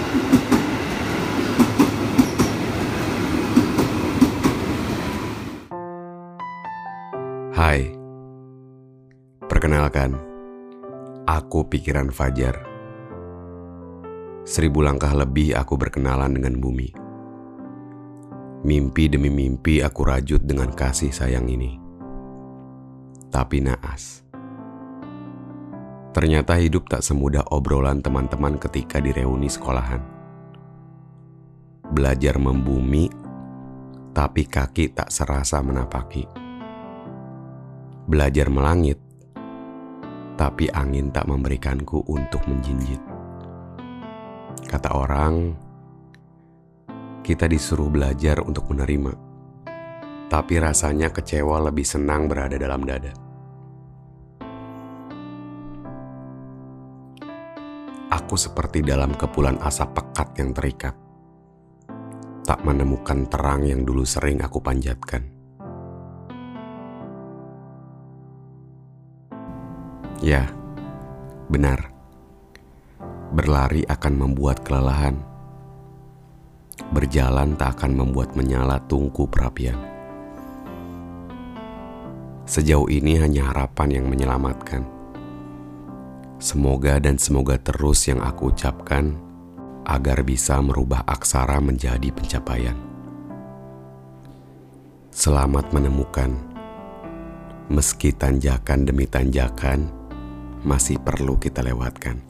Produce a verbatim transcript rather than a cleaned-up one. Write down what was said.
Hai, perkenalkan, aku Pikiran Fajar. Seribu langkah lebih aku berkenalan dengan bumi. Mimpi demi mimpi aku rajut dengan kasih sayang ini. Tapi naas. Ternyata hidup tak semudah obrolan teman-teman ketika di reuni sekolahan. Belajar membumi, tapi kaki tak serasa menapaki. Belajar melangit, tapi angin tak memberikanku untuk menjinjit. Kata orang, kita disuruh belajar untuk menerima, tapi rasanya kecewa lebih senang berada dalam dada. Aku seperti dalam kepulan asap pekat yang terikat, tak menemukan terang yang dulu sering aku panjatkan. Ya, benar. Berlari akan membuat kelelahan. Berjalan tak akan membuat menyala tungku perapian. Sejauh ini hanya harapan yang menyelamatkan. Semoga dan semoga terus yang aku ucapkan agar bisa merubah aksara menjadi pencapaian. Selamat menemukan. Meski tanjakan demi tanjakan masih perlu kita lewatkan.